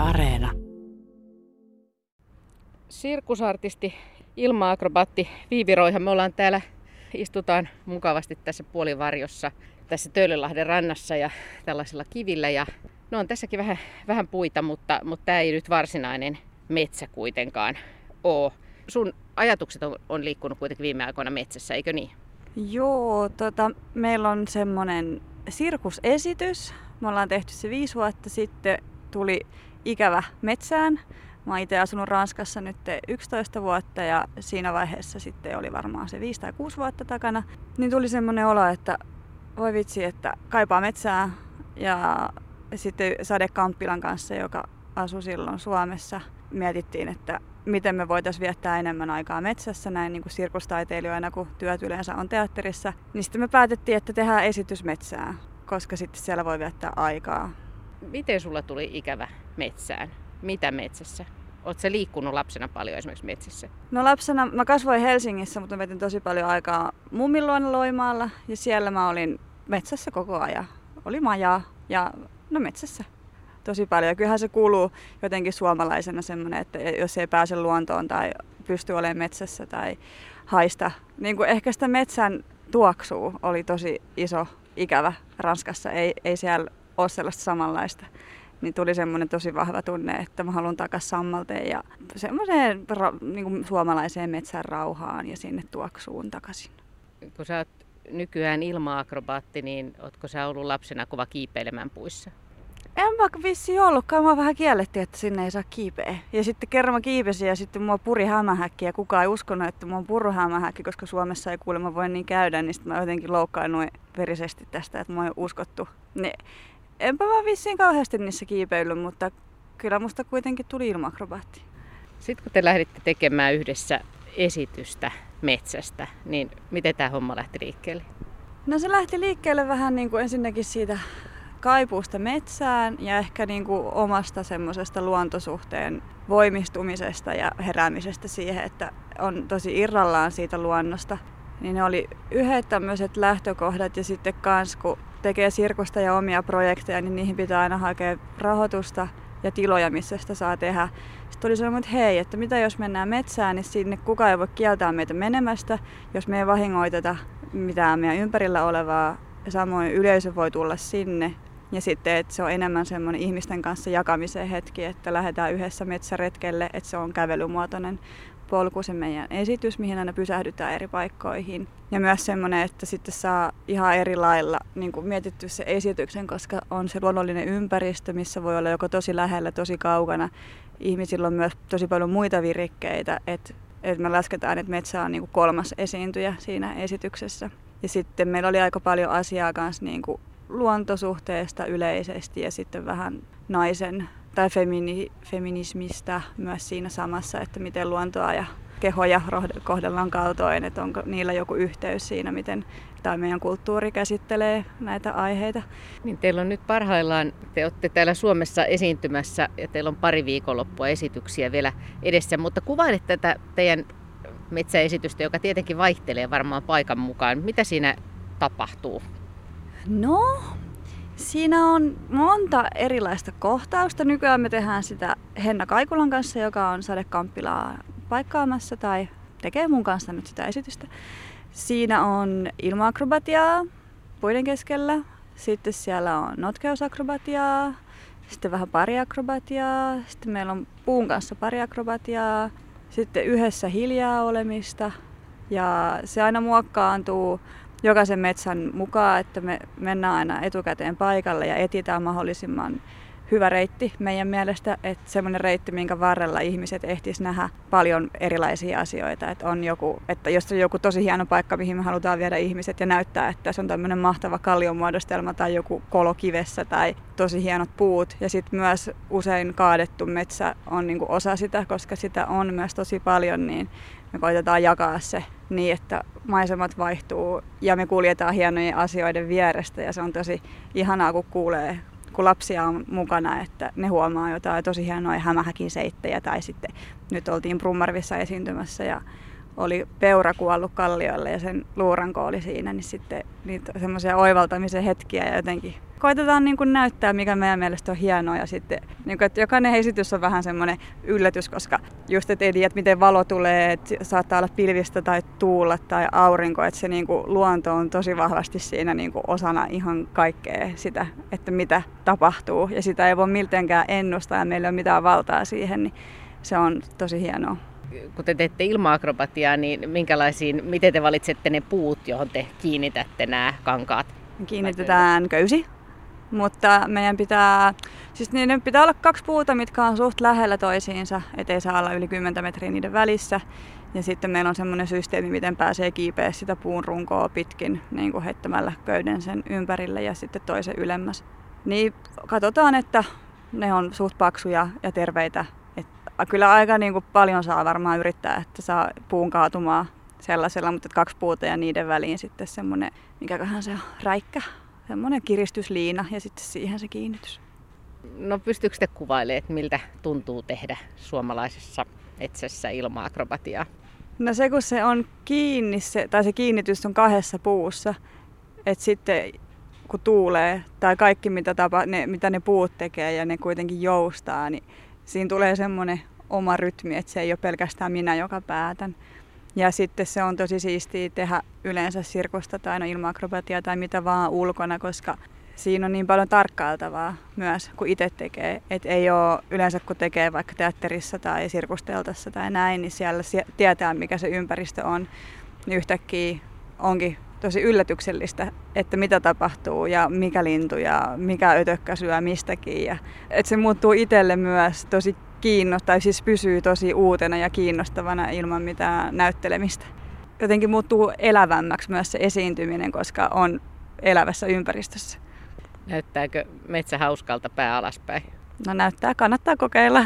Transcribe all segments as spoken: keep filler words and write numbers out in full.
Areena. Sirkusartisti, ilma-akrobaatti Viivi Roiha. Me ollaan täällä, istutaan mukavasti tässä puolivarjossa tässä Töölönlahden rannassa ja tällaisilla kivillä. Ja no on tässäkin vähän, vähän puita, mutta, mutta tämä ei nyt varsinainen metsä kuitenkaan ole. Sun ajatukset on, on liikkunut kuitenkin viime aikoina metsässä, eikö niin? Joo, tota, meillä on semmoinen sirkusesitys. Me ollaan tehty se viisi vuotta sitten. Tuli ikävä metsään. Mä oon itse asunut Ranskassa nyt yksitoista vuotta ja siinä vaiheessa sitten oli varmaan se viisi tai kuusi vuotta takana. Niin tuli semmoinen olo, että voi vitsi, että kaipaa metsää. Ja sitten Sade Kamppilan kanssa, joka asui silloin Suomessa, mietittiin, että miten me voitaisiin viettää enemmän aikaa metsässä, näin niin kuin sirkustaiteilijoina, kun työt yleensä on teatterissa. Niin sitten me päätettiin, että tehdään esitys metsään, koska sitten siellä voi viettää aikaa. Miten sulla tuli ikävä metsään? Mitä metsässä? Oletko sä liikkunut lapsena paljon esimerkiksi metsissä? No lapsena mä kasvoin Helsingissä, mutta mä vietin tosi paljon aikaa mummin luona Loimaalla ja siellä mä olin metsässä koko ajan. Oli majaa ja no metsässä tosi paljon. Ja kyllähän se kuuluu jotenkin suomalaisena semmoinen, että jos ei pääse luontoon tai pysty olemaan metsässä tai haista. Niin kuin ehkä sitä metsän tuoksua oli tosi iso ikävä Ranskassa. Ei, ei siellä ole sellaista samanlaista. Niin tuli semmoinen tosi vahva tunne, että mä haluan takaisin sammalteen ja semmoiseen niin kuin suomalaiseen metsän rauhaan ja sinne tuoksuun takaisin. Kun sä oot nykyään ilma-akrobaatti, niin ootko sä ollut lapsena kova kiipeilemään puissa? En vaikka vissiin ollutkaan. Mä vähän kiellettiin, että sinne ei saa kiipeä. Ja sitten kerran mä kiipesin ja sitten mua puri hämähäkki ja kukaan ei uskonut, että mua on purru hämähäkki, koska Suomessa ei kuulemma voi niin käydä, niin sitten mä jotenkin loukkaannuin verisesti tästä, että mua ei uskottu. Ne, enpä vaan vissiin kauheasti niissä kiipeillyt, mutta kyllä musta kuitenkin tuli ilma-akrobaatti. Sitten kun te lähditte tekemään yhdessä esitystä metsästä, niin miten tämä homma lähti liikkeelle? No se lähti liikkeelle vähän niin kuin ensinnäkin siitä kaipuusta metsään ja ehkä niin kuin omasta semmoisesta luontosuhteen voimistumisesta ja heräämisestä siihen, että on tosi irrallaan siitä luonnosta. Niin ne oli yhdet tämmöiset lähtökohdat ja sitten kans kun tekee sirkusta ja omia projekteja, niin niihin pitää aina hakea rahoitusta ja tiloja, missä sitä saa tehdä. Sitten tuli sanoa, että hei, että mitä jos mennään metsään, niin sinne kukaan ei voi kieltää meitä menemästä, jos me ei vahingoiteta mitään meidän ympärillä olevaa. Ja samoin yleisö voi tulla sinne. Ja sitten, että se on enemmän semmoinen ihmisten kanssa jakamisen hetki, että lähdetään yhdessä metsäretkelle, että se on kävelymuotoinen polku se meidän esitys, mihin aina pysähdytään eri paikkoihin. Ja myös semmoinen, että sitten saa ihan eri lailla niin kuin mietitty se esityksen, koska on se luonnollinen ympäristö, missä voi olla joko tosi lähellä, tosi kaukana. Ihmisillä on myös tosi paljon muita virikkeitä, että, että me lasketaan, että metsä on niin kuin kolmas esiintyjä siinä esityksessä. Ja sitten meillä oli aika paljon asiaa kanssa niin kuin luontosuhteesta yleisesti ja sitten vähän naisen tai femini, feminismistä myös siinä samassa, että miten luontoa ja kehoja kohdellaan kaltoin, että onko niillä joku yhteys siinä, miten tämä meidän kulttuuri käsittelee näitä aiheita. Niin teillä on nyt parhaillaan, te olette täällä Suomessa esiintymässä ja teillä on pari viikonloppua esityksiä vielä edessä, mutta kuvaile tätä teidän metsäesitystä, joka tietenkin vaihtelee varmaan paikan mukaan. Mitä siinä tapahtuu? No, siinä on monta erilaista kohtausta. Nykyään me tehdään sitä Henna Kaikulan kanssa, joka on Sade Kamppilaa paikkaamassa tai tekee mun kanssa nyt sitä esitystä. Siinä on ilma-akrobatiaa puiden keskellä. Sitten siellä on notkeusakrobatiaa. Sitten vähän pariakrobatiaa. Sitten meillä on puun kanssa pariakrobatiaa. Sitten yhdessä hiljaa olemista. Ja se aina muokkaantuu jokaisen metsän mukaan, että me mennään aina etukäteen paikalle ja etsitään mahdollisimman hyvä reitti meidän mielestä, että semmoinen reitti, minkä varrella ihmiset ehtis nähdä paljon erilaisia asioita. Että, on joku, että jos on joku tosi hieno paikka, mihin me halutaan viedä ihmiset ja näyttää, että se on tämmöinen mahtava kallionmuodostelma tai joku kolo kivessä tai tosi hienot puut. Ja sitten myös usein kaadettu metsä on niinku osa sitä, koska sitä on myös tosi paljon, niin me koitetaan jakaa se niin, että maisemat vaihtuu ja me kuljetaan hienojen asioiden vierestä ja se on tosi ihanaa, kun kuulee, kun lapsia on mukana, että ne huomaa jotain tosi hienoja hämähäkin seittejä tai sitten nyt oltiin Brummarvissa esiintymässä ja oli peura kuollut kalliolle ja sen luuranko oli siinä, niin sitten niitä semmoisia oivaltamisen hetkiä ja jotenkin koitetaan niin kuin näyttää, mikä meidän mielestä on hienoa. Ja sitten, niin kuin, että jokainen esitys on vähän semmoinen yllätys, koska just et ei tiedä, että miten valo tulee, että saattaa olla pilvistä tai tuulla tai aurinko. Että se niin kuin, luonto on tosi vahvasti siinä niin kuin, osana ihan kaikkea sitä, että mitä tapahtuu. Ja sitä ei voi miltenkään ennustaa ja meillä ei ole mitään valtaa siihen, niin se on tosi hienoa. Kun te teette ilma-akrobatiaa, niin minkälaisiin, miten te valitsette ne puut, johon te kiinnitätte nämä kankaat? Kiinnitetään köysi, mutta meidän pitää, siis niiden pitää olla kaksi puuta, mitkä on suht lähellä toisiinsa, ettei saa olla yli kymmenen metriä niiden välissä. Ja sitten meillä on semmoinen systeemi, miten pääsee kiipeä sitä puun runkoa pitkin, niin kuin heittämällä köyden sen ympärille ja sitten toisen ylemmäs. Niin katsotaan, että ne on suht paksuja ja terveitä. Et kyllä aika niin kuin paljon saa varmaan yrittää, että saa puun kaatumaan sellaisella, mutta kaksi puuta ja niiden väliin sitten semmoinen, mikäköhän se on, räikkä, semmoinen kiristysliina ja sitten siihen se kiinnitys. No pystyykö te kuvailemaan, että miltä tuntuu tehdä suomalaisessa metsässä ilma-akrobatiaa? No se kun se on kiinni, se, tai se kiinnitys on kahdessa puussa, että sitten kun tuulee tai kaikki mitä, tapa, ne, mitä ne puut tekee ja ne kuitenkin joustaa, niin siinä tulee semmoinen oma rytmi, että se ei ole pelkästään minä, joka päätän. Ja sitten se on tosi siistiä tehdä yleensä sirkusta tai no ilma-akrobatiaa tai mitä vaan ulkona, koska siinä on niin paljon tarkkailtavaa myös, kun itse tekee. Että ei ole yleensä, kun tekee vaikka teatterissa tai sirkusteltassa tai näin, niin siellä tietää, mikä se ympäristö on. Niin yhtäkkiä onkin tosi yllätyksellistä, että mitä tapahtuu ja mikä lintu ja mikä ötökkä syö mistäkin. Ja, että se muuttuu itselle myös tosi kiinnostavaa, tai siis pysyy tosi uutena ja kiinnostavana ilman mitään näyttelemistä. Jotenkin muuttuu elävämmäksi myös se esiintyminen, koska on elävässä ympäristössä. Näyttääkö metsä hauskalta pää alaspäin? No näyttää, kannattaa kokeilla.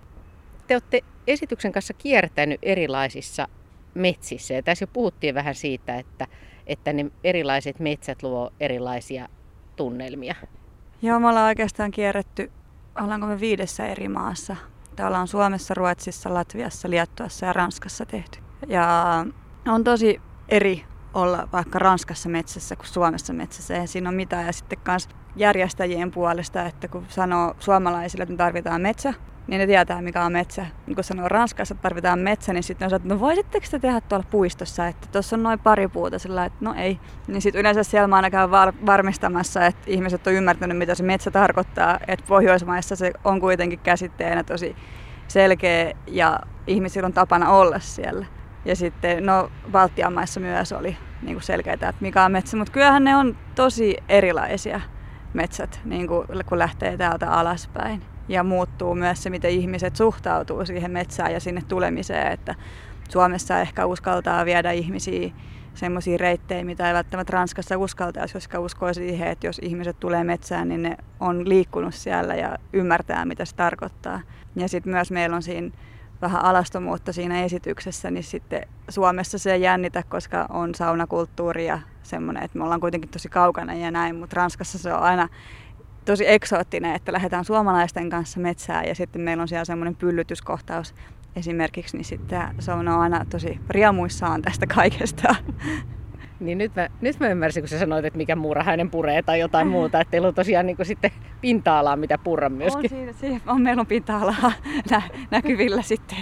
Te olette esityksen kanssa kiertänyt erilaisissa metsissä ja tässä jo puhuttiin vähän siitä, että, että ne erilaiset metsät luo erilaisia tunnelmia. Joo, me ollaan oikeastaan kierretty, ollaanko me viidessä eri maassa. Täällä on Suomessa, Ruotsissa, Latviassa, Liettuassa ja Ranskassa tehty. Ja on tosi eri olla vaikka Ranskassa metsässä kuin Suomessa metsässä. Ei siinä ole mitään. Ja sitten myös järjestäjien puolesta, että kun sanoo suomalaisille, että me tarvitaan metsä, niin ne tietää, mikä on metsä. Niin kun sanoo Ranskassa, että tarvitaan metsä, niin sitten on sanoo, että no voisitteko te tehdä tuolla puistossa, että tuossa on noin pari puuta, sillä että no ei. Niin sitten yleensä siellä mä aina käyn var- varmistamassa, että ihmiset on ymmärtänyt, mitä se metsä tarkoittaa. Että Pohjoismaissa se on kuitenkin käsitteenä tosi selkeä ja ihmisillä on tapana olla siellä. Ja sitten no Baltian maissa myös oli niin kuin selkeää, että mikä on metsä, mutta kyllähän ne on tosi erilaisia metsät, niin kuin, kun lähtee täältä alaspäin. Ja muuttuu myös se, miten ihmiset suhtautuu siihen metsään ja sinne tulemiseen, että Suomessa ehkä uskaltaa viedä ihmisiä semmoisia reittejä, mitä ei välttämättä Ranskassa uskaltaisi, koska uskoo siihen, että jos ihmiset tulee metsään, niin ne on liikkunut siellä ja ymmärtää, mitä se tarkoittaa. Ja sitten myös meillä on siinä vähän alastomuutta siinä esityksessä, niin sitten Suomessa se ei jännitä, koska on saunakulttuuri ja semmoinen, että me ollaan kuitenkin tosi kaukana ja näin, mutta Ranskassa se on aina tosi eksoottinen, että lähdetään suomalaisten kanssa metsään ja sitten meillä on siellä semmoinen pyllytyskohtaus esimerkiksi, niin sitten se on aina tosi riemuissaan tästä kaikesta. Niin nyt mä, nyt mä ymmärsin, kun sä sanoit, että mikä muurahainen puree tai jotain muuta, että teillä on tosiaan niin kuin sitten pinta-alaa, mitä purra myöskin. On siinä, siinä on, meillä on pinta-alaa nä, näkyvillä sitten.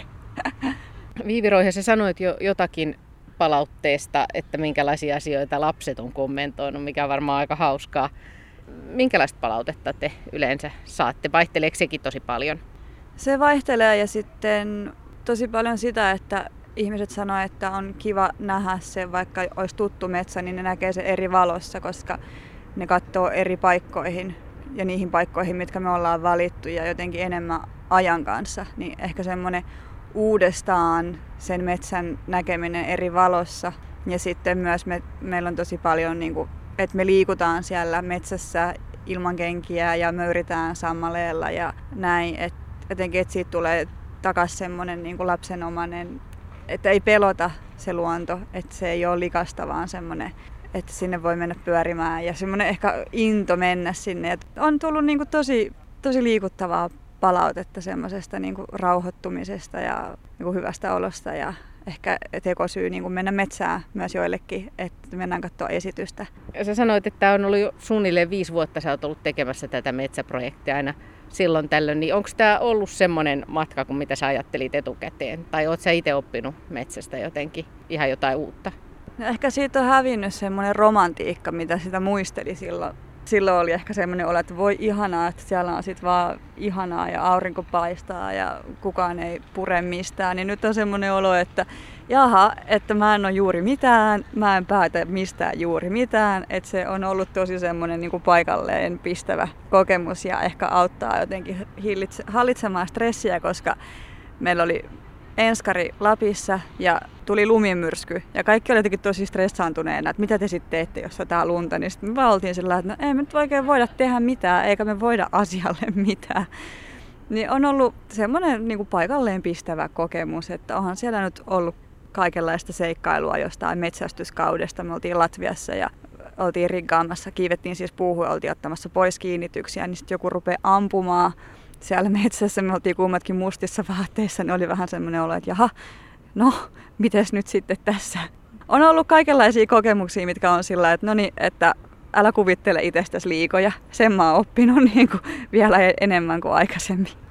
Viivi Roiha, sä sanoit jo jotakin palautteesta, että minkälaisia asioita lapset on kommentoinut, mikä on varmaan aika hauskaa. Minkälaista palautetta te yleensä saatte? Vaihteleeko sekin tosi paljon? Se vaihtelee ja sitten tosi paljon sitä, että ihmiset sanoo, että on kiva nähdä se, vaikka olisi tuttu metsä, niin ne näkee se eri valossa, koska ne katsoo eri paikkoihin ja niihin paikkoihin, mitkä me ollaan valittu ja jotenkin enemmän ajan kanssa. Niin ehkä semmoinen uudestaan sen metsän näkeminen eri valossa ja sitten myös me, meillä on tosi paljon, niin kuin, että me liikutaan siellä metsässä ilman kenkiä ja möyritään sammaleella ja näin, että jotenkin, että siitä tulee takaisin semmoinen niin kuin lapsenomainen, että ei pelota se luonto, että se ei ole likasta, vaan semmoinen, että sinne voi mennä pyörimään ja semmoinen ehkä into mennä sinne. Et on tullut niin kuin tosi, tosi liikuttavaa palautetta semmoisesta niin kuin rauhoittumisesta ja niin kuin hyvästä olosta ja ehkä tekosyy niin kuin mennä metsään myös joillekin, että mennään katsoa esitystä. Ja sä sanoit, että tämä on ollut jo suunnilleen viisi vuotta, sä oot ollut tekemässä tätä metsäprojektia aina silloin tällöin, niin onko tämä ollut semmoinen matka kuin mitä sä ajattelit etukäteen? Tai oot sä itse oppinut metsästä jotenkin ihan jotain uutta? No ehkä siitä on hävinnyt semmoinen romantiikka, mitä sitä muisteli silloin. Silloin oli ehkä semmoinen olo, että voi ihanaa, että siellä on sit vaan ihanaa ja aurinko paistaa ja kukaan ei pure mistään. Niin nyt on semmoinen olo, että jaha, että mä en ole juuri mitään, mä en päätä mistään juuri mitään. Että se on ollut tosi semmoinen niin kuin paikalleen pistävä kokemus ja ehkä auttaa jotenkin hillitse, hallitsemaan stressiä, koska meillä oli enskari Lapissa ja tuli lumimyrsky ja kaikki oli jotenkin tosi stressaantuneena, että mitä te sitten teette, jos sataa lunta. Niin sitten me vaan oltiin sillä että no ei me nyt oikein voida tehdä mitään, eikä me voida asialle mitään. Niin on ollut semmoinen niin kuin paikalleen pistävä kokemus, että onhan siellä nyt ollut kaikenlaista seikkailua jostain metsästyskaudesta. Me oltiin Latviassa ja oltiin riggaamassa, kiivettiin siis puuhun ja oltiin ottamassa pois kiinnityksiä, niin sitten joku rupeaa ampumaan. Siellä metsässä me oltiin kummatkin mustissa vaatteissa, niin oli vähän semmoinen olo, että jaha, no, mites nyt sitten tässä? On ollut kaikenlaisia kokemuksia, mitkä on sillä, että no niin, että älä kuvittele itsestäsi liikoja. Sen mä oon oppinut niin kuin vielä enemmän kuin aikaisemmin.